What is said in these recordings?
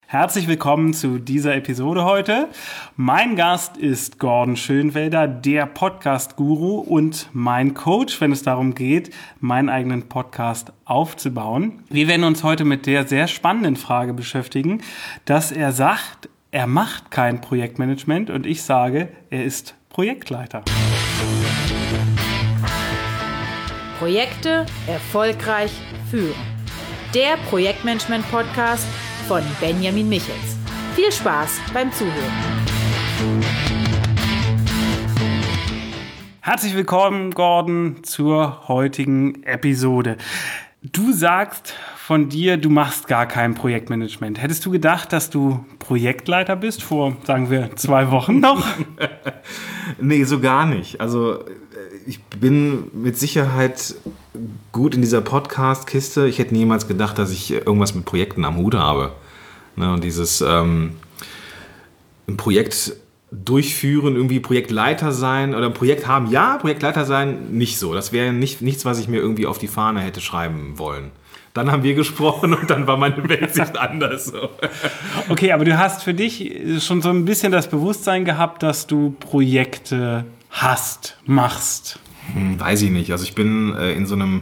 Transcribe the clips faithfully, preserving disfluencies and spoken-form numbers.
Herzlich willkommen zu dieser Episode heute. Mein Gast ist Gordon Schönwelder, der Podcast-Guru und mein Coach, wenn es darum geht, meinen eigenen Podcast aufzubauen. Wir werden uns heute mit der sehr spannenden Frage beschäftigen, dass er sagt, er macht kein Projektmanagement und ich sage, er ist Projektleiter. Projekte erfolgreich führen. Der Projektmanagement-Podcast von Benjamin Michels. Viel Spaß beim Zuhören. Herzlich willkommen, Gordon, zur heutigen Episode. Du sagst von dir, du machst gar kein Projektmanagement. Hättest du gedacht, dass du Projektleiter bist vor, sagen wir, zwei Wochen noch? Nee, so gar nicht. Also ich bin mit Sicherheit gut in dieser Podcast-Kiste. Ich hätte niemals gedacht, dass ich irgendwas mit Projekten am Hut habe. Ne, und dieses ähm, ein Projekt durchführen, irgendwie Projektleiter sein oder ein Projekt haben, ja, Projektleiter sein, nicht so. Das wäre nicht, nichts, was ich mir irgendwie auf die Fahne hätte schreiben wollen. Dann haben wir gesprochen und dann war meine Weltsicht anders. So. Okay, aber du hast für dich schon so ein bisschen das Bewusstsein gehabt, dass du Projekte hast, machst. Hm, weiß ich nicht. Also ich bin äh, in so einem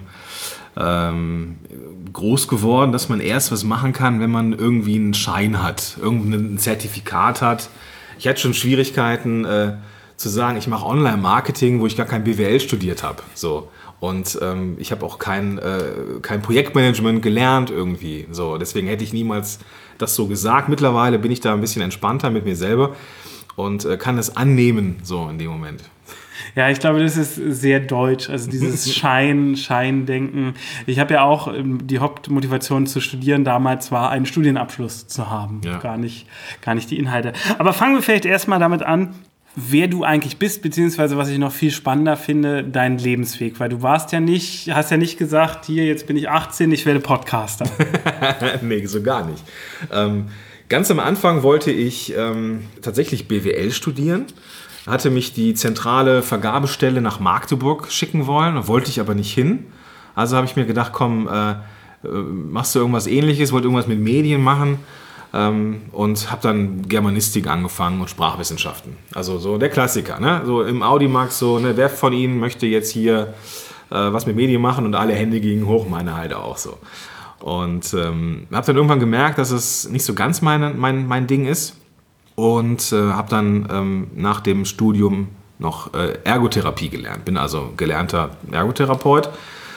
ähm, groß geworden, dass man erst was machen kann, wenn man irgendwie einen Schein hat, irgendein Zertifikat hat. Ich hatte schon Schwierigkeiten äh, zu sagen, ich mache Online-Marketing, wo ich gar kein B W L studiert habe. So. Und ähm, ich habe auch kein, äh, kein Projektmanagement gelernt irgendwie. So. Deswegen hätte ich niemals das so gesagt. Mittlerweile bin ich da ein bisschen entspannter mit mir selber und äh, kann es annehmen so in dem Moment. Ja, ich glaube, das ist sehr deutsch, also dieses Schein, Scheindenken. Ich habe ja auch die Hauptmotivation zu studieren damals war, einen Studienabschluss zu haben, ja. gar nicht, gar nicht die Inhalte. Aber fangen wir vielleicht erstmal damit an, wer du eigentlich bist, beziehungsweise was ich noch viel spannender finde, dein Lebensweg. Weil du warst ja nicht, hast ja nicht gesagt, hier, jetzt bin ich achtzehn, ich werde Podcaster. Nee, so gar nicht. Ähm, ganz am Anfang wollte ich ähm, tatsächlich B W L studieren. Hatte mich die zentrale Vergabestelle nach Magdeburg schicken wollen, wollte ich aber nicht hin. Also habe ich mir gedacht, komm, äh, machst du irgendwas Ähnliches, wollte irgendwas mit Medien machen ähm, und habe dann Germanistik angefangen und Sprachwissenschaften. Also so der Klassiker, ne? So im Audimax, so, ne? Wer von Ihnen möchte jetzt hier äh, was mit Medien machen und alle Hände gingen hoch, meine halt auch so. Und ähm, habe dann irgendwann gemerkt, dass es nicht so ganz meine, mein, mein Ding ist. Und äh, habe dann ähm, nach dem Studium noch äh, Ergotherapie gelernt. Bin also gelernter Ergotherapeut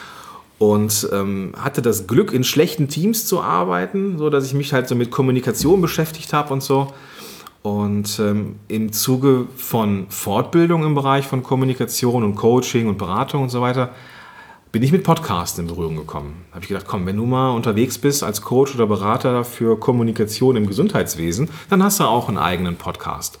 und ähm, hatte das Glück, in schlechten Teams zu arbeiten, so dass ich mich halt so mit Kommunikation beschäftigt habe und so. Und ähm, im Zuge von Fortbildung im Bereich von Kommunikation und Coaching und Beratung und so weiter bin ich mit Podcasts in Berührung gekommen. Da habe ich gedacht, komm, wenn du mal unterwegs bist als Coach oder Berater für Kommunikation im Gesundheitswesen, dann hast du auch einen eigenen Podcast.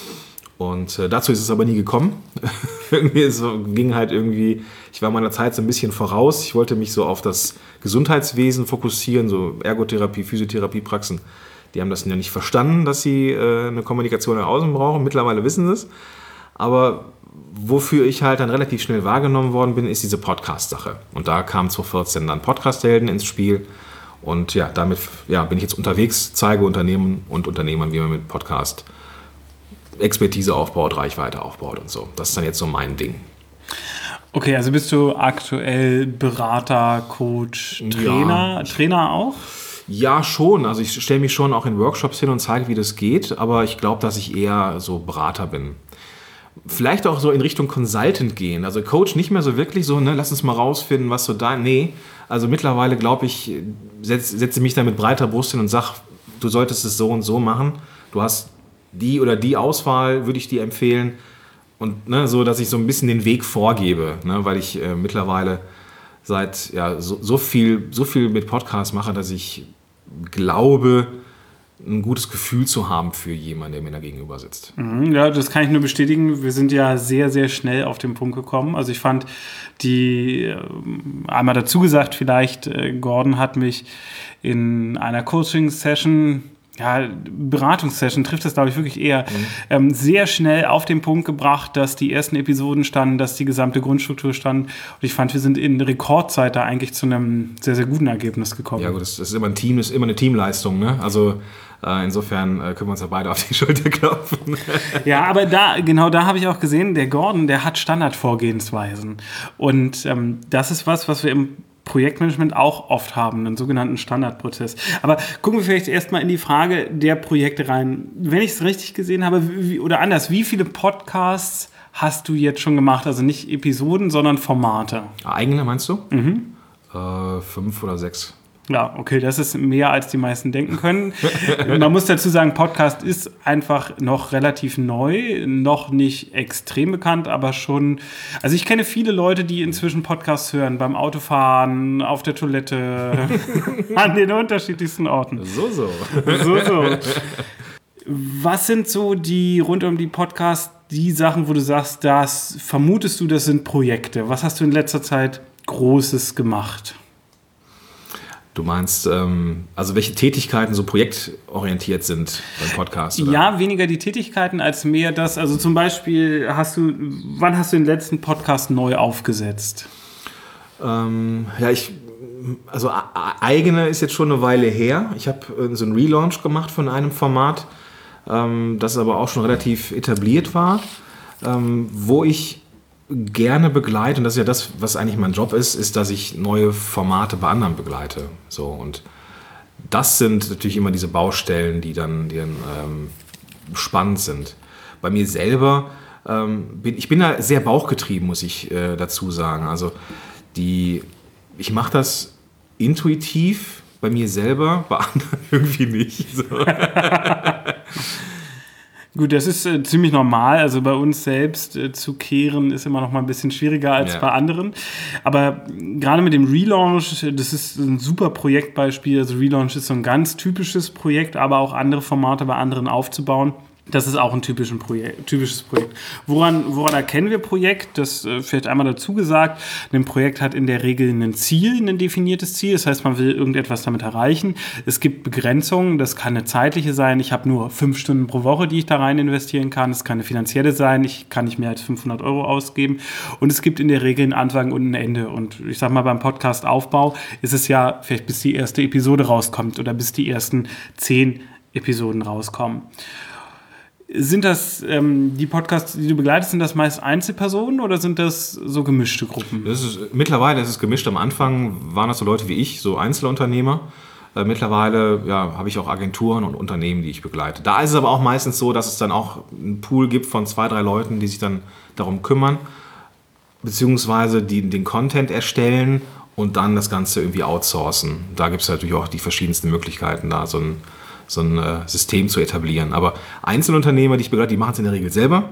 Und äh, dazu ist es aber nie gekommen. Irgendwie so, ging halt irgendwie, ich war meiner Zeit so ein bisschen voraus. Ich wollte mich so auf das Gesundheitswesen fokussieren, so Ergotherapie, Physiotherapiepraxen. Die haben das ja nicht verstanden, dass sie äh, eine Kommunikation nach außen brauchen. Mittlerweile wissen sie es. Aber wofür ich halt dann relativ schnell wahrgenommen worden bin, ist diese Podcast-Sache. Und da kam zwanzig vierzehn dann Podcast-Helden ins Spiel. Und ja, damit ja, bin ich jetzt unterwegs, zeige Unternehmen und Unternehmern, wie man mit Podcast Expertise aufbaut, Reichweite aufbaut und so. Das ist dann jetzt so mein Ding. Okay, also bist du aktuell Berater, Coach, Trainer, ja. Trainer auch? Ja, schon. Also ich stelle mich schon auch in Workshops hin und zeige, wie das geht. Aber ich glaube, dass ich eher so Berater bin. Vielleicht auch so in Richtung Consultant gehen. Also Coach nicht mehr so wirklich so, ne, lass uns mal rausfinden, was so da... Nee, also mittlerweile glaube ich, setze setz mich da mit breiter Brust hin und sage, du solltest es so und so machen. Du hast die oder die Auswahl, würde ich dir empfehlen. Und ne, so, dass ich so ein bisschen den Weg vorgebe, ne, weil ich äh, mittlerweile seit ja, so, so, viel, so viel mit Podcasts mache, dass ich glaube, ein gutes Gefühl zu haben für jemanden, der mir da gegenüber sitzt. Ja, das kann ich nur bestätigen. Wir sind ja sehr, sehr schnell auf den Punkt gekommen. Also ich fand die, einmal dazu gesagt vielleicht, Gordon hat mich in einer Coaching-Session, ja, Beratungssession trifft es, glaube ich, wirklich eher, mhm. ähm, sehr schnell auf den Punkt gebracht, dass die ersten Episoden standen, dass die gesamte Grundstruktur stand. Und ich fand, wir sind in Rekordzeit da eigentlich zu einem sehr, sehr guten Ergebnis gekommen. Ja gut, das ist immer ein Team, das ist immer eine Teamleistung, ne? Also Äh, insofern äh, können wir uns ja beide auf die Schulter klopfen. Ja, aber da, genau da habe ich auch gesehen, der Gordon, der hat Standardvorgehensweisen. Und ähm, das ist was, was wir im Projektmanagement auch oft haben, einen sogenannten Standardprozess. Aber gucken wir vielleicht erstmal in die Frage der Projekte rein. Wenn ich es richtig gesehen habe, wie, oder anders, wie viele Podcasts hast du jetzt schon gemacht? Also nicht Episoden, sondern Formate. Eigene meinst du? Mhm. Äh, fünf oder sechs. Ja, okay, das ist mehr, als die meisten denken können. Man muss dazu sagen, Podcast ist einfach noch relativ neu, noch nicht extrem bekannt, aber schon... Also ich kenne viele Leute, die inzwischen Podcasts hören, beim Autofahren, auf der Toilette, an den unterschiedlichsten Orten. So, so. So, so. Was sind so die, rund um die Podcasts, die Sachen, wo du sagst, das vermutest du, das sind Projekte? Was hast du in letzter Zeit Großes gemacht? Du meinst, ähm, also welche Tätigkeiten so projektorientiert sind beim Podcast? Oder? Ja, weniger die Tätigkeiten als mehr das, also zum Beispiel hast du, wann hast du den letzten Podcast neu aufgesetzt? Ähm, ja, ich, also eigene ist jetzt schon eine Weile her. Ich habe so einen Relaunch gemacht von einem Format, ähm, das aber auch schon relativ etabliert war, ähm, wo ich gerne begleite, und das ist ja das, was eigentlich mein Job ist, ist, dass ich neue Formate bei anderen begleite. So, und das sind natürlich immer diese Baustellen, die dann, die dann ähm, spannend sind. Bei mir selber, ähm, bin, ich bin da sehr bauchgetrieben, muss ich äh, dazu sagen. Also die, ich mache das intuitiv bei mir selber, bei anderen irgendwie nicht. So. Gut, das ist äh, ziemlich normal. Also bei uns selbst äh, zu kehren ist immer noch mal ein bisschen schwieriger als ja. bei anderen. Aber gerade mit dem Relaunch, das ist ein super Projektbeispiel. Also Relaunch ist so ein ganz typisches Projekt, aber auch andere Formate bei anderen aufzubauen. Das ist auch ein typisches Projekt. Typisches Projekt. Woran, woran erkennen wir Projekt? Das äh, vielleicht einmal dazu gesagt. Ein Projekt hat in der Regel ein Ziel, ein definiertes Ziel. Das heißt, man will irgendetwas damit erreichen. Es gibt Begrenzungen. Das kann eine zeitliche sein. Ich habe nur fünf Stunden pro Woche, die ich da rein investieren kann. Es kann eine finanzielle sein. Ich kann nicht mehr als fünfhundert Euro ausgeben. Und es gibt in der Regel einen Anfang und ein Ende. Und ich sag mal, beim Podcast-Aufbau ist es ja vielleicht bis die erste Episode rauskommt oder bis die ersten zehn Episoden rauskommen. Sind das ähm, die Podcasts, die du begleitest, sind das meist Einzelpersonen oder sind das so gemischte Gruppen? Das ist, mittlerweile ist es gemischt. Am Anfang waren das so Leute wie ich, so Einzelunternehmer. Äh, mittlerweile ja, habe ich auch Agenturen und Unternehmen, die ich begleite. Da ist es aber auch meistens so, dass es dann auch einen Pool gibt von zwei, drei Leuten, die sich dann darum kümmern, beziehungsweise die den Content erstellen und dann das Ganze irgendwie outsourcen. Da gibt es natürlich auch die verschiedensten Möglichkeiten, da so ein so ein äh, System zu etablieren. Aber Einzelunternehmer, die ich begleite, die machen es in der Regel selber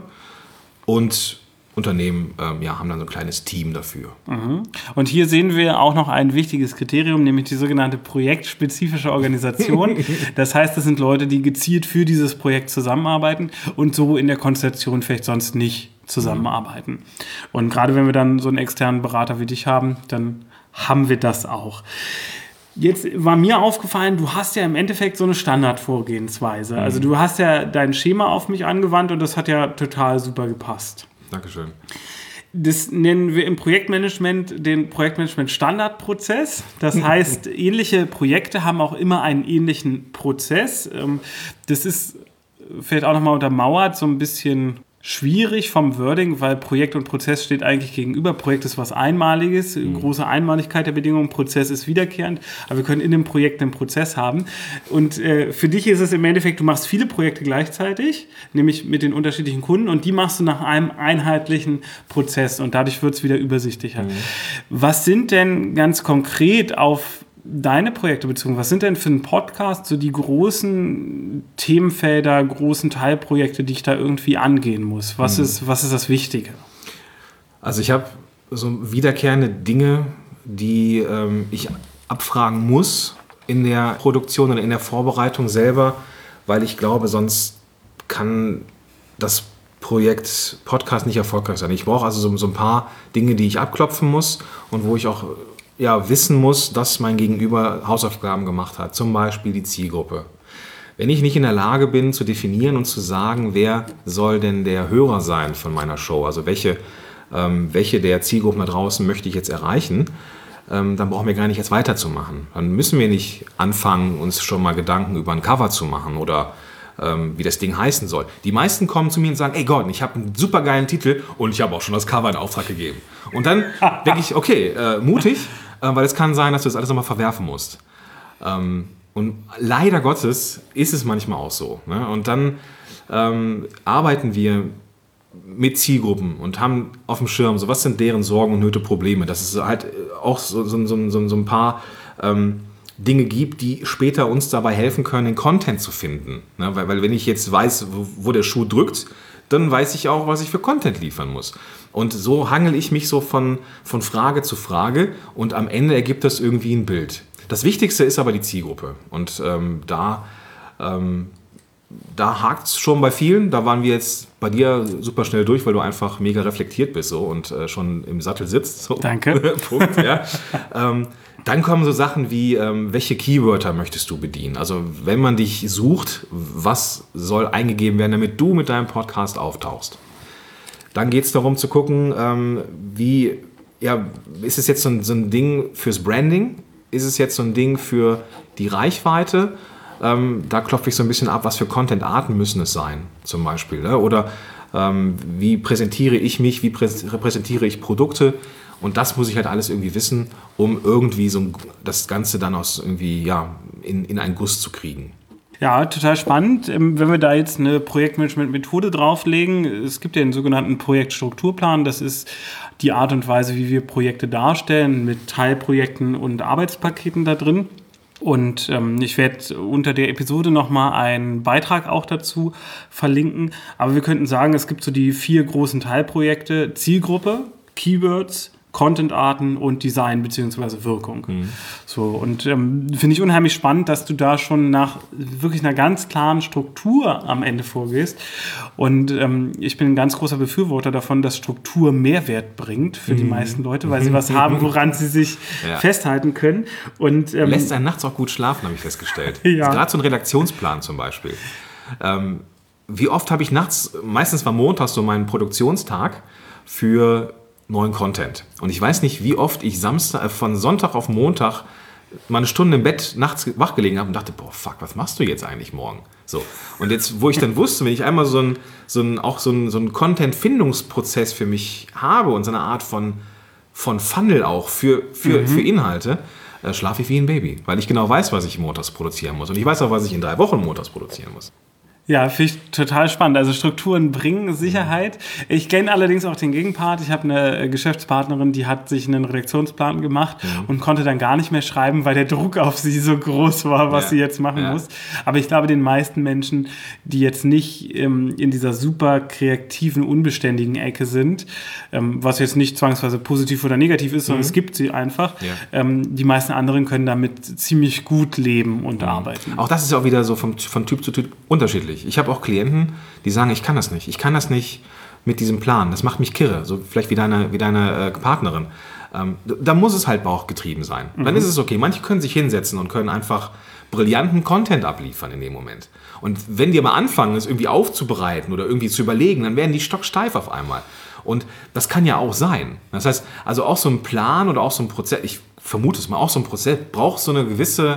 und Unternehmen ähm, ja, haben dann so ein kleines Team dafür. Mhm. Und hier sehen wir auch noch ein wichtiges Kriterium, nämlich die sogenannte projektspezifische Organisation. Das heißt, das sind Leute, die gezielt für dieses Projekt zusammenarbeiten und so in der Konstellation vielleicht sonst nicht zusammenarbeiten. Mhm. Und gerade wenn wir dann so einen externen Berater wie dich haben, dann haben wir das auch. Jetzt war mir aufgefallen, du hast ja im Endeffekt so eine Standardvorgehensweise. Mhm. Also du hast ja dein Schema auf mich angewandt und das hat ja total super gepasst. Dankeschön. Das nennen wir im Projektmanagement den Projektmanagement-Standardprozess. Das heißt, ähnliche Projekte haben auch immer einen ähnlichen Prozess. Das ist vielleicht auch nochmal untermauert, so ein bisschen schwierig vom Wording, weil Projekt und Prozess steht eigentlich gegenüber. Projekt ist was Einmaliges, mhm. große Einmaligkeit der Bedingungen, Prozess ist wiederkehrend, aber wir können in dem Projekt einen Prozess haben. Und äh, für dich ist es im Endeffekt, du machst viele Projekte gleichzeitig, nämlich mit den unterschiedlichen Kunden und die machst du nach einem einheitlichen Prozess und dadurch wird es wieder übersichtlicher. Mhm. Was sind denn ganz konkret auf deine Projekte bezogen, was sind denn für einen Podcast so die großen Themenfelder, großen Teilprojekte, die ich da irgendwie angehen muss? Was, mhm. ist, was ist das Wichtige? Also ich habe so wiederkehrende Dinge, die ähm, ich abfragen muss in der Produktion und in der Vorbereitung selber, weil ich glaube, sonst kann das Projekt Podcast nicht erfolgreich sein. Ich brauche also so, so ein paar Dinge, die ich abklopfen muss und wo ich auch ja, wissen muss, dass mein Gegenüber Hausaufgaben gemacht hat, zum Beispiel die Zielgruppe. Wenn ich nicht in der Lage bin zu definieren und zu sagen, wer soll denn der Hörer sein von meiner Show, also welche, ähm, welche der Zielgruppen da draußen möchte ich jetzt erreichen, ähm, dann brauchen wir gar nicht erst weiterzumachen. Dann müssen wir nicht anfangen, uns schon mal Gedanken über ein Cover zu machen oder ähm, wie das Ding heißen soll. Die meisten kommen zu mir und sagen, ey Gordon, ich habe einen super geilen Titel und ich habe auch schon das Cover in Auftrag gegeben. Und dann denke ich, okay, äh, mutig, äh, weil es kann sein, dass du das alles nochmal verwerfen musst. Ähm, und leider Gottes ist es manchmal auch so. Ne? Und dann ähm, arbeiten wir mit Zielgruppen und haben auf dem Schirm, so was sind deren Sorgen und Nöte, Probleme. Dass es halt auch so, so, so, so, so ein paar ähm, Dinge gibt, die später uns dabei helfen können, den Content zu finden. Ne? Weil, weil wenn ich jetzt weiß, wo, wo der Schuh drückt, dann weiß ich auch, was ich für Content liefern muss. Und so hangel ich mich so von, von Frage zu Frage und am Ende ergibt das irgendwie ein Bild. Das Wichtigste ist aber die Zielgruppe. Und ähm, da... Ähm, Da hakt es schon bei vielen. Da waren wir jetzt bei dir super schnell durch, weil du einfach mega reflektiert bist so, und äh, schon im Sattel sitzt. So. Danke. Punkt, ja. ähm, dann kommen so Sachen wie, ähm, welche Keywörter möchtest du bedienen? Also wenn man dich sucht, was soll eingegeben werden, damit du mit deinem Podcast auftauchst? Dann geht es darum zu gucken, ähm, wie, ja, ist es jetzt so ein, so ein Ding fürs Branding? Ist es jetzt so ein Ding für die Reichweite? Ähm, da klopfe ich so ein bisschen ab, was für Content-Arten müssen es sein, zum Beispiel. Ne? Oder ähm, wie präsentiere ich mich, wie prä- repräsentiere ich Produkte? Und das muss ich halt alles irgendwie wissen, um irgendwie so das Ganze dann aus irgendwie, ja, in, in einen Guss zu kriegen. Ja, total spannend. Wenn wir da jetzt eine Projektmanagement-Methode drauflegen, es gibt ja den sogenannten Projektstrukturplan, das ist die Art und Weise, wie wir Projekte darstellen, mit Teilprojekten und Arbeitspaketen da drin. Und ähm, ich werde unter der Episode nochmal einen Beitrag auch dazu verlinken. Aber wir könnten sagen, es gibt so die vier großen Teilprojekte: Zielgruppe, Keywords, Content-Arten und Design bzw. Wirkung. Mhm. So, und ähm, finde ich unheimlich spannend, dass du da schon nach wirklich einer ganz klaren Struktur am Ende vorgehst. Und ähm, ich bin ein ganz großer Befürworter davon, dass Struktur Mehrwert bringt für mhm. die meisten Leute, weil sie was haben, woran sie sich ja. festhalten können. Und, ähm, lässt einen nachts auch gut schlafen, habe ich festgestellt. Ja. Gerade so ein Redaktionsplan zum Beispiel. Ähm, wie oft habe ich nachts, meistens war montags so mein Produktionstag für neuen Content. Und ich weiß nicht, wie oft ich Samstag, von Sonntag auf Montag mal eine Stunde im Bett nachts wach gelegen habe und dachte, boah, fuck, was machst du jetzt eigentlich morgen? So. Und jetzt, wo ich dann wusste, wenn ich einmal so ein, so ein, auch so ein, so ein Content-Findungsprozess für mich habe und so eine Art von, von Funnel auch für, für, mhm. für Inhalte, äh, schlafe ich wie ein Baby. Weil ich genau weiß, was ich montags produzieren muss. Und ich weiß auch, was ich in drei Wochen montags produzieren muss. Ja, finde ich total spannend. Also Strukturen bringen Sicherheit. Ich kenne allerdings auch den Gegenpart. Ich habe eine Geschäftspartnerin, die hat sich einen Redaktionsplan gemacht mhm. und konnte dann gar nicht mehr schreiben, weil der Druck auf sie so groß war, was ja. sie jetzt machen ja. muss. Aber ich glaube, den meisten Menschen, die jetzt nicht ähm, in dieser super kreativen, unbeständigen Ecke sind, ähm, was jetzt nicht zwangsweise positiv oder negativ ist, sondern mhm. es gibt sie einfach, ja. ähm, die meisten anderen können damit ziemlich gut leben und mhm. arbeiten. Auch das ist ja auch wieder so vom, von Typ zu Typ unterschiedlich. Ich habe auch Klienten, die sagen, ich kann das nicht. Ich kann das nicht mit diesem Plan. Das macht mich kirre. So vielleicht wie deine, wie deine äh, Partnerin. Ähm, da muss es halt bauchgetrieben sein. Mhm. Dann ist es okay. Manche können sich hinsetzen und können einfach brillanten Content abliefern in dem Moment. Und wenn die mal anfangen, es irgendwie aufzubereiten oder irgendwie zu überlegen, dann werden die stocksteif auf einmal. Und das kann ja auch sein. Das heißt, also auch so ein Plan oder auch so ein Prozess, ich vermute es mal, auch so ein Prozess braucht so eine gewisse...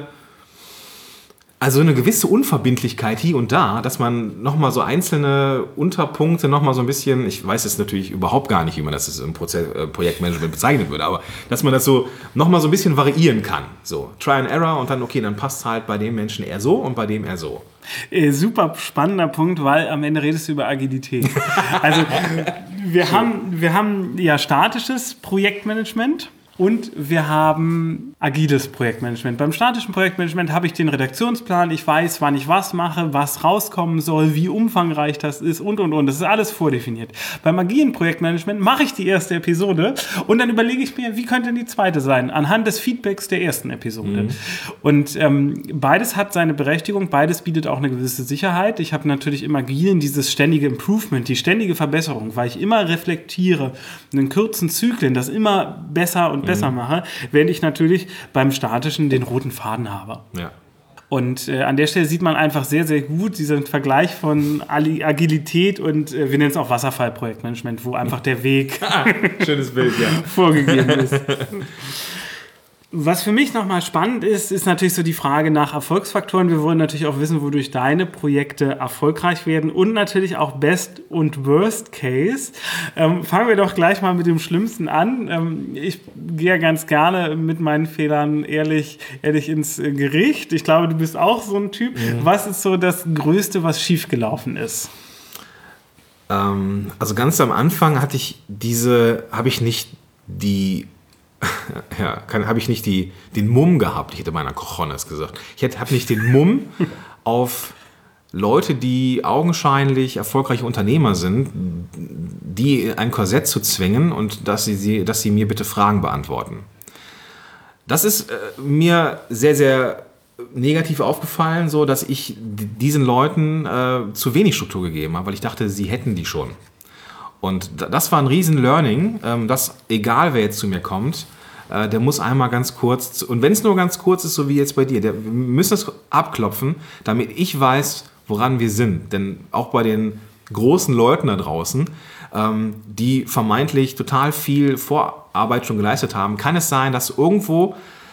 Also eine gewisse Unverbindlichkeit hier und da, dass man nochmal so einzelne Unterpunkte nochmal so ein bisschen, ich weiß jetzt natürlich überhaupt gar nicht, wie man das im Prozess, äh, Projektmanagement bezeichnen würde, aber dass man das so nochmal so ein bisschen variieren kann. So, Try and Error und dann, okay, dann passt es halt bei dem Menschen eher so und bei dem eher so. Äh, super spannender Punkt, weil am Ende redest du über Agilität. Also wir haben, wir haben ja statisches Projektmanagement. Und wir haben agiles Projektmanagement. Beim statischen Projektmanagement habe ich den Redaktionsplan, ich weiß, wann ich was mache, was rauskommen soll, wie umfangreich das ist und, und, und. Das ist alles vordefiniert. Beim agilen Projektmanagement mache ich die erste Episode und dann überlege ich mir, wie könnte die zweite sein, anhand des Feedbacks der ersten Episode. Mhm. Und ähm, beides hat seine Berechtigung, beides bietet auch eine gewisse Sicherheit. Ich habe natürlich im Agilen dieses ständige Improvement, die ständige Verbesserung, weil ich immer reflektiere, in kurzen Zyklen, das immer besser und besser mache, während ich natürlich beim Statischen den roten Faden habe. Ja. Und äh, an der Stelle sieht man einfach sehr, sehr gut diesen Vergleich von Agilität und äh, wir nennen es auch Wasserfallprojektmanagement, wo einfach der Weg Schönes Bild, ja. vorgegeben ist. Was für mich nochmal spannend ist, ist natürlich so die Frage nach Erfolgsfaktoren. Wir wollen natürlich auch wissen, wodurch deine Projekte erfolgreich werden und natürlich auch Best und Worst Case. Ähm, fangen wir doch gleich mal mit dem Schlimmsten an. Ähm, ich gehe ja ganz gerne mit meinen Fehlern ehrlich, ehrlich ins Gericht. Ich glaube, du bist auch so ein Typ. Mhm. Was ist so das Größte, was schiefgelaufen ist? Ähm, also ganz am Anfang hatte ich diese, habe ich nicht die Ja, habe ich nicht die, den Mumm gehabt, ich hätte meiner Cojones gesagt. Ich habe nicht den Mumm auf Leute, die augenscheinlich erfolgreiche Unternehmer sind, die in ein Korsett zu zwingen und dass sie, dass sie mir bitte Fragen beantworten. Das ist äh, mir sehr, sehr negativ aufgefallen, so dass ich diesen Leuten äh, zu wenig Struktur gegeben habe, weil ich dachte, sie hätten die schon. Und das war ein riesen Learning, dass egal wer jetzt zu mir kommt, der muss einmal ganz kurz, und wenn es nur ganz kurz ist, so wie jetzt bei dir, der, wir müssen das abklopfen, damit ich weiß, woran wir sind. Denn auch bei den großen Leuten da draußen, die vermeintlich total viel Vorarbeit schon geleistet haben, kann es sein, dass irgendwo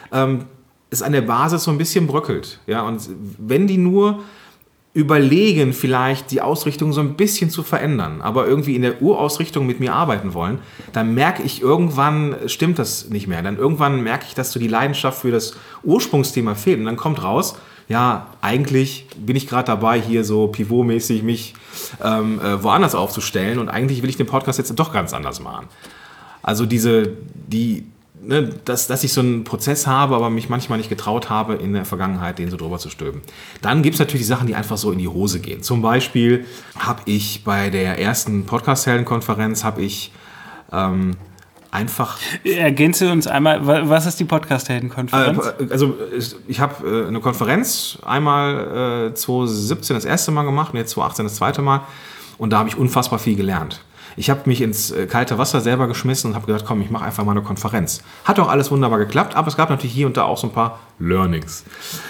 es an der Basis so ein bisschen bröckelt. Ja? Und wenn die nur überlegen, vielleicht die Ausrichtung so ein bisschen zu verändern, aber irgendwie in der Urausrichtung mit mir arbeiten wollen, dann merke ich, irgendwann stimmt das nicht mehr. Dann irgendwann merke ich, dass so die Leidenschaft für das Ursprungsthema fehlt. Und dann kommt raus, ja, eigentlich bin ich gerade dabei, hier so pivotmäßig mich ähm, äh, woanders aufzustellen und eigentlich will ich den Podcast jetzt doch ganz anders machen. Also diese, die, ne, dass, dass ich so einen Prozess habe, aber mich manchmal nicht getraut habe, in der Vergangenheit den so drüber zu stülpen. Dann gibt es natürlich die Sachen, die einfach so in die Hose gehen. Zum Beispiel habe ich bei der ersten Podcast-Helden-Konferenz habe ich ähm, einfach... Ergänze uns einmal, was ist die Podcast-Helden-Konferenz? Äh, also ich habe äh, eine Konferenz einmal äh, zwanzig siebzehn das erste Mal gemacht und jetzt zwanzig achtzehn das zweite Mal und da habe ich unfassbar viel gelernt. Ich habe mich ins kalte Wasser selber geschmissen und habe gedacht, komm, ich mache einfach mal eine Konferenz. Hat auch alles wunderbar geklappt, aber es gab natürlich hier und da auch so ein paar Learnings.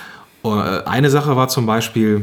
Eine Sache war zum Beispiel,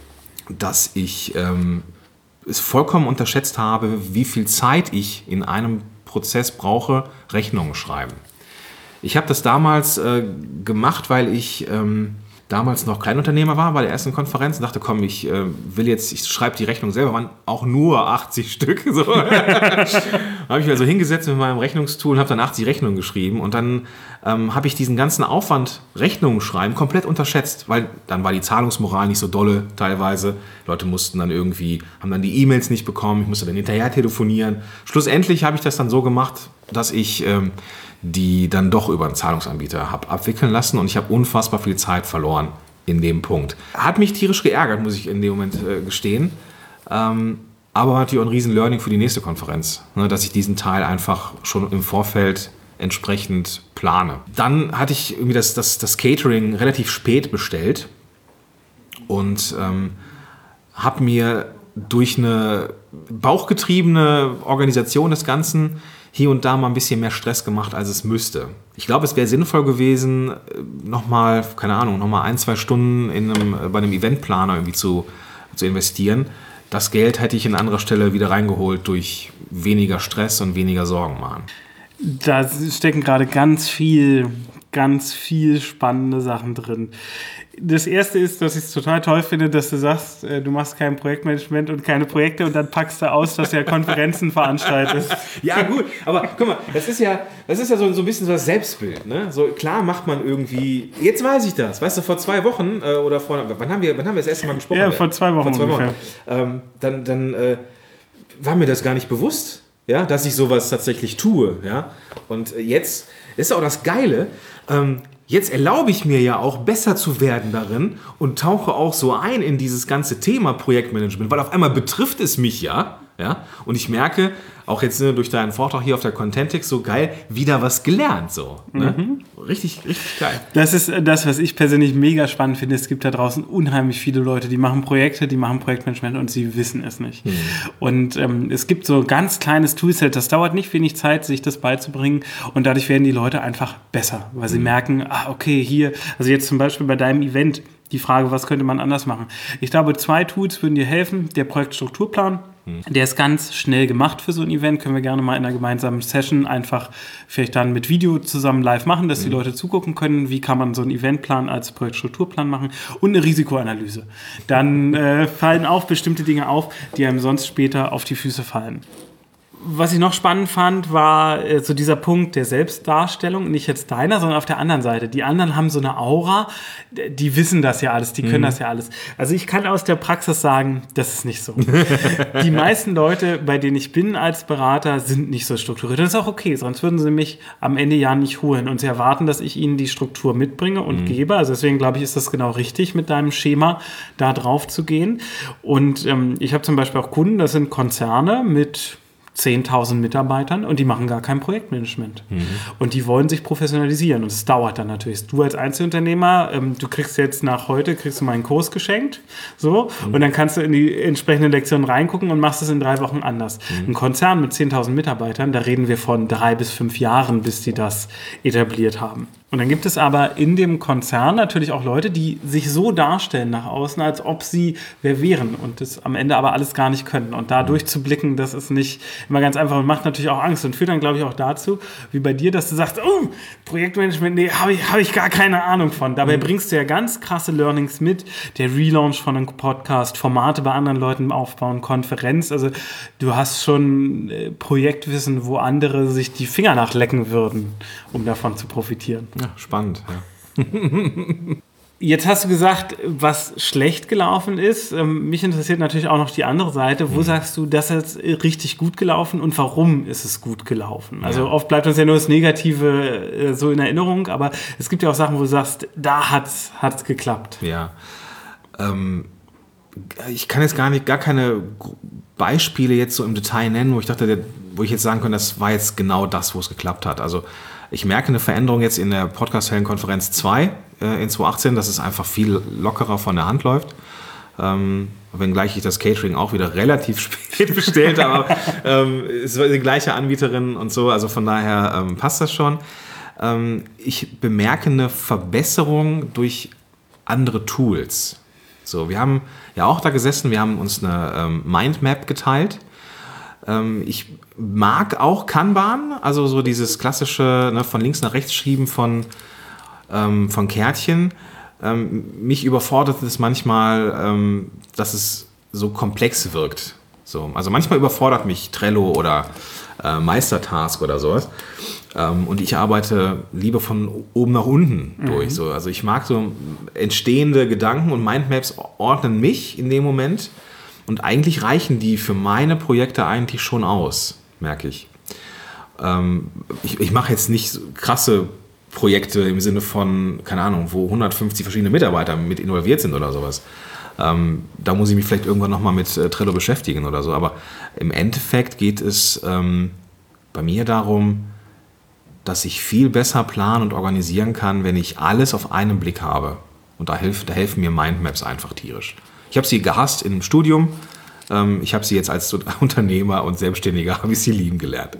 dass ich ähm, es vollkommen unterschätzt habe, wie viel Zeit ich in einem Prozess brauche, Rechnungen schreiben. Ich habe das damals äh, gemacht, weil ich... Ähm, damals noch Kleinunternehmer war bei der ersten Konferenz und dachte, komm, ich äh, will jetzt, ich schreibe die Rechnung selber, waren auch nur achtzig Stück. So. habe ich mich also hingesetzt mit meinem Rechnungstool und habe dann achtzig Rechnungen geschrieben und dann ähm, habe ich diesen ganzen Aufwand, Rechnungen schreiben, komplett unterschätzt, weil dann war die Zahlungsmoral nicht so dolle teilweise. Leute mussten dann irgendwie, haben dann die E-Mails nicht bekommen, ich musste dann hinterher telefonieren. Schlussendlich habe ich das dann so gemacht, dass ich ähm, die dann doch über einen Zahlungsanbieter habe abwickeln lassen und ich habe unfassbar viel Zeit verloren in dem Punkt. Hat mich tierisch geärgert, muss ich in dem Moment äh, gestehen, ähm, aber natürlich auch ein riesen Learning für die nächste Konferenz, ne, dass ich diesen Teil einfach schon im Vorfeld entsprechend plane. Dann hatte ich irgendwie das, das, das Catering relativ spät bestellt und ähm, habe mir durch eine bauchgetriebene Organisation des Ganzen hier und da mal ein bisschen mehr Stress gemacht, als es müsste. Ich glaube, es wäre sinnvoll gewesen, nochmal, keine Ahnung, nochmal ein, zwei Stunden in einem, bei einem Eventplaner irgendwie zu, zu investieren. Das Geld hätte ich an anderer Stelle wieder reingeholt durch weniger Stress und weniger Sorgen machen. Da stecken gerade ganz viel, ganz viel spannende Sachen drin. Das erste ist, dass ich es total toll finde, dass du sagst, du machst kein Projektmanagement und keine Projekte und dann packst du aus, dass du ja Konferenzen veranstaltest. Ja gut, aber guck mal, das ist ja, das ist ja so, so ein bisschen so das Selbstbild. Ne? So, klar macht man irgendwie, jetzt weiß ich das, weißt du, vor zwei Wochen äh, oder vor, wann haben, wir, wann haben wir das erste Mal gesprochen? Ja, vor zwei Wochen vor zwei ungefähr. Wochen. Ähm, dann dann äh, war mir das gar nicht bewusst, ja, dass ich sowas tatsächlich tue. Ja? Und jetzt ist auch das Geile, ähm, jetzt erlaube ich mir ja auch besser zu werden darin und tauche auch so ein in dieses ganze Thema Projektmanagement, weil auf einmal betrifft es mich ja, ja, und ich merke, auch jetzt ne, durch deinen Vortrag hier auf der Contentix, so geil, wieder was gelernt, so. Ne? Mhm. Richtig, richtig geil. Das ist das, was ich persönlich mega spannend finde. Es gibt da draußen unheimlich viele Leute, die machen Projekte, die machen Projektmanagement und sie wissen es nicht. Mhm. Und ähm, es gibt so ein ganz kleines Toolset, das dauert nicht wenig Zeit, sich das beizubringen und dadurch werden die Leute einfach besser, weil sie mhm. merken, ah, okay, hier, also jetzt zum Beispiel bei deinem Event, die Frage, was könnte man anders machen? Ich glaube, zwei Tools würden dir helfen. Der Projektstrukturplan, Hm. Der ist ganz schnell gemacht für so ein Event. Können wir gerne mal in einer gemeinsamen Session einfach vielleicht dann mit Video zusammen live machen, dass hm. die Leute zugucken können. Wie kann man so einen Eventplan als Projektstrukturplan machen? Und eine Risikoanalyse. Dann äh, fallen auch bestimmte Dinge auf, die einem sonst später auf die Füße fallen. Was ich noch spannend fand, war äh, so dieser Punkt der Selbstdarstellung, nicht jetzt deiner, sondern auf der anderen Seite. Die anderen haben so eine Aura, die wissen das ja alles, die können mhm. das ja alles. Also ich kann aus der Praxis sagen, das ist nicht so. Die meisten Leute, bei denen ich bin als Berater, sind nicht so strukturiert. Das ist auch okay, sonst würden sie mich am Ende ja nicht holen. Und sie erwarten, dass ich ihnen die Struktur mitbringe und mhm. gebe. Also deswegen glaube ich, ist das genau richtig, mit deinem Schema da drauf zu gehen. Und ähm, ich habe zum Beispiel auch Kunden, das sind Konzerne mit zehntausend Mitarbeitern und die machen gar kein Projektmanagement. Mhm. Und die wollen sich professionalisieren und es dauert dann natürlich. Du als Einzelunternehmer, ähm, du kriegst jetzt nach heute, kriegst du mal einen Kurs geschenkt, so, mhm. und dann kannst du in die entsprechenden Lektionen reingucken und machst es in drei Wochen anders. Mhm. Ein Konzern mit zehntausend Mitarbeitern, da reden wir von drei bis fünf Jahren, bis die das etabliert haben. Und dann gibt es aber in dem Konzern natürlich auch Leute, die sich so darstellen nach außen, als ob sie wer wären und das am Ende aber alles gar nicht können. Und da durchzublicken, das ist nicht immer ganz einfach und macht natürlich auch Angst und führt dann, glaube ich, auch dazu, wie bei dir, dass du sagst, oh, Projektmanagement, nee, habe ich, hab ich gar keine Ahnung von. Dabei mhm. bringst du ja ganz krasse Learnings mit, der Relaunch von einem Podcast, Formate bei anderen Leuten aufbauen, Konferenz. Also du hast schon äh, Projektwissen, wo andere sich die Finger nachlecken würden, um davon zu profitieren. Ja, spannend, ja. Jetzt hast du gesagt, was schlecht gelaufen ist. Ähm, mich interessiert natürlich auch noch die andere Seite. Wo mhm. sagst du, das ist richtig gut gelaufen und warum ist es gut gelaufen? Also ja. oft bleibt uns ja nur das Negative äh, so in Erinnerung, aber es gibt ja auch Sachen, wo du sagst, da hat's, hat's geklappt. Ja, ähm, ich kann jetzt gar nicht, gar keine Beispiele jetzt so im Detail nennen, wo ich dachte, wo ich jetzt sagen kann, das war jetzt genau das, wo es geklappt hat. Also ich merke eine Veränderung jetzt in der Podcast-Heldenkonferenz zwei äh, in zwanzig achtzehn, dass es einfach viel lockerer von der Hand läuft. Ähm, wenngleich ich das Catering auch wieder relativ spät bestellt habe. Aber ähm, es war die gleiche Anbieterin und so, also von daher ähm, passt das schon. Ähm, ich bemerke eine Verbesserung durch andere Tools. So, wir haben ja auch da gesessen, wir haben uns eine ähm, Mindmap geteilt. Ähm, ich mag auch Kanban, also so dieses klassische, ne, von links nach rechts schieben von, ähm, von Kärtchen. Ähm, mich überfordert es manchmal, ähm, dass es so komplex wirkt. So, also manchmal überfordert mich Trello oder äh, Meistertask oder sowas. Ähm, und ich arbeite lieber von oben nach unten mhm. durch. So. Also ich mag so entstehende Gedanken und Mindmaps ordnen mich in dem Moment. Und eigentlich reichen die für meine Projekte eigentlich schon aus, merke ich. Ähm, ich ich mache jetzt nicht so krasse Projekte im Sinne von, keine Ahnung, wo hundertfünfzig verschiedene Mitarbeiter mit involviert sind oder sowas. Ähm, da muss ich mich vielleicht irgendwann nochmal mit äh, Trello beschäftigen oder so. Aber im Endeffekt geht es ähm, bei mir darum, dass ich viel besser planen und organisieren kann, wenn ich alles auf einen Blick habe. Und da, hilf, da helfen mir Mindmaps einfach tierisch. Ich habe sie gehasst im Studium. Ähm, ich habe sie jetzt als Unternehmer und Selbstständiger habe ich sie lieben gelernt.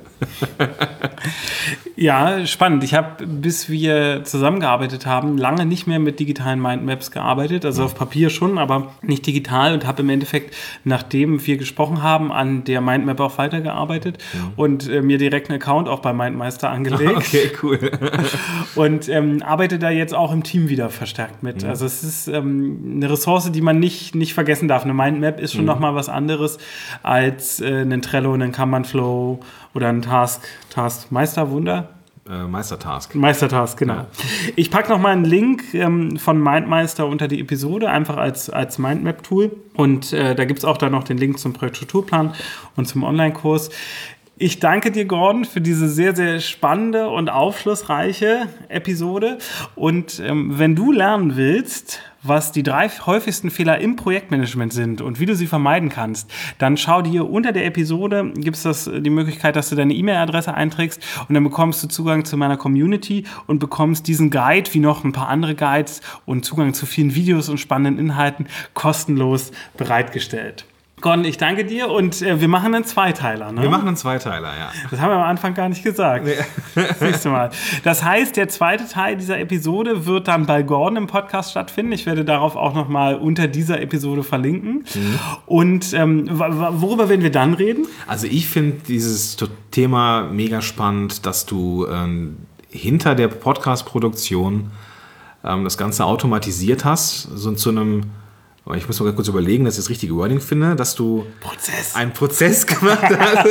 Ja, spannend. Ich habe, bis wir zusammengearbeitet haben, lange nicht mehr mit digitalen Mindmaps gearbeitet. Also auf Papier schon, aber nicht digital. Und habe im Endeffekt, nachdem wir gesprochen haben, an der Mindmap auch weitergearbeitet ja. und äh, mir direkt einen Account auch bei Mindmeister angelegt. Okay, cool. Und ähm, arbeite da jetzt auch im Team wieder verstärkt mit. Mhm. Also es ist ähm, eine Ressource, die man nicht, nicht vergessen darf. Eine Mindmap ist schon mhm. nochmal was anderes als äh, ein Trello, einen Kanban-Flow oder ein Task, Task Meisterwunder. Äh, Meistertask. Meistertask, genau. Ja. Ich packe nochmal einen Link ähm, von MindMeister unter die Episode, einfach als, als Mindmap-Tool. Und äh, da gibt es auch dann noch den Link zum Projektstrukturplan und zum Online-Kurs. Ich danke dir, Gordon, für diese sehr, sehr spannende und aufschlussreiche Episode. Und ähm, wenn du lernen willst, was die drei häufigsten Fehler im Projektmanagement sind und wie du sie vermeiden kannst, dann schau dir unter der Episode, gibt es die Möglichkeit, dass du deine E-Mail-Adresse einträgst und dann bekommst du Zugang zu meiner Community und bekommst diesen Guide, wie noch ein paar andere Guides und Zugang zu vielen Videos und spannenden Inhalten kostenlos bereitgestellt. Gordon, ich danke dir und äh, wir machen einen Zweiteiler. Ne? Wir machen einen Zweiteiler, ja. Das haben wir am Anfang gar nicht gesagt. Nee. Siehst du mal. Das heißt, der zweite Teil dieser Episode wird dann bei Gordon im Podcast stattfinden. Ich werde darauf auch nochmal unter dieser Episode verlinken. Mhm. Und ähm, worüber werden wir dann reden? Also ich finde dieses Thema mega spannend, dass du ähm, hinter der Podcast-Produktion ähm, das Ganze automatisiert hast, so zu einem... Ich muss mal kurz überlegen, dass ich das richtige Wording finde, dass du Prozess. einen Prozess gemacht hast.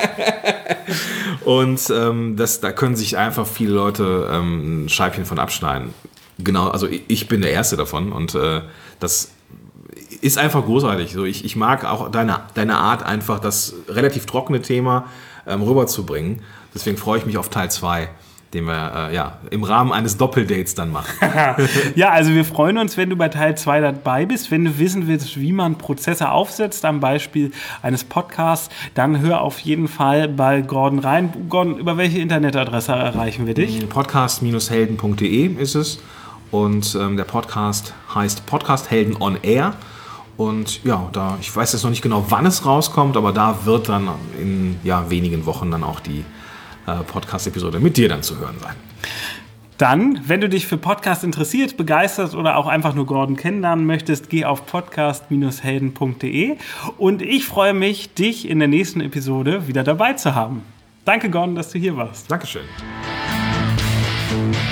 Und ähm, das, da können sich einfach viele Leute ähm, ein Scheibchen von abschneiden. Genau, also ich bin der Erste davon und äh, das ist einfach großartig. So, ich, ich mag auch deine, deine Art, einfach das relativ trockene Thema ähm, rüberzubringen. Deswegen freue ich mich auf Teil zwei. Den wir äh, ja, im Rahmen eines Doppeldates dann machen. Ja, also wir freuen uns, wenn du bei Teil zwei dabei bist. Wenn du wissen willst, wie man Prozesse aufsetzt, am Beispiel eines Podcasts, dann hör auf jeden Fall bei Gordon rein. Gordon, über welche Internetadresse erreichen wir dich? podcast Bindestrich helden Punkt de ist es. Und ähm, der Podcast heißt Podcast Helden on Air. Und ja, da, ich weiß jetzt noch nicht genau, wann es rauskommt, aber da wird dann in ja, wenigen Wochen dann auch die Podcast-Episode mit dir dann zu hören sein. Dann, wenn du dich für Podcast interessiert, begeistert oder auch einfach nur Gordon kennenlernen möchtest, geh auf podcast Bindestrich helden Punkt de und ich freue mich, dich in der nächsten Episode wieder dabei zu haben. Danke, Gordon, dass du hier warst. Dankeschön.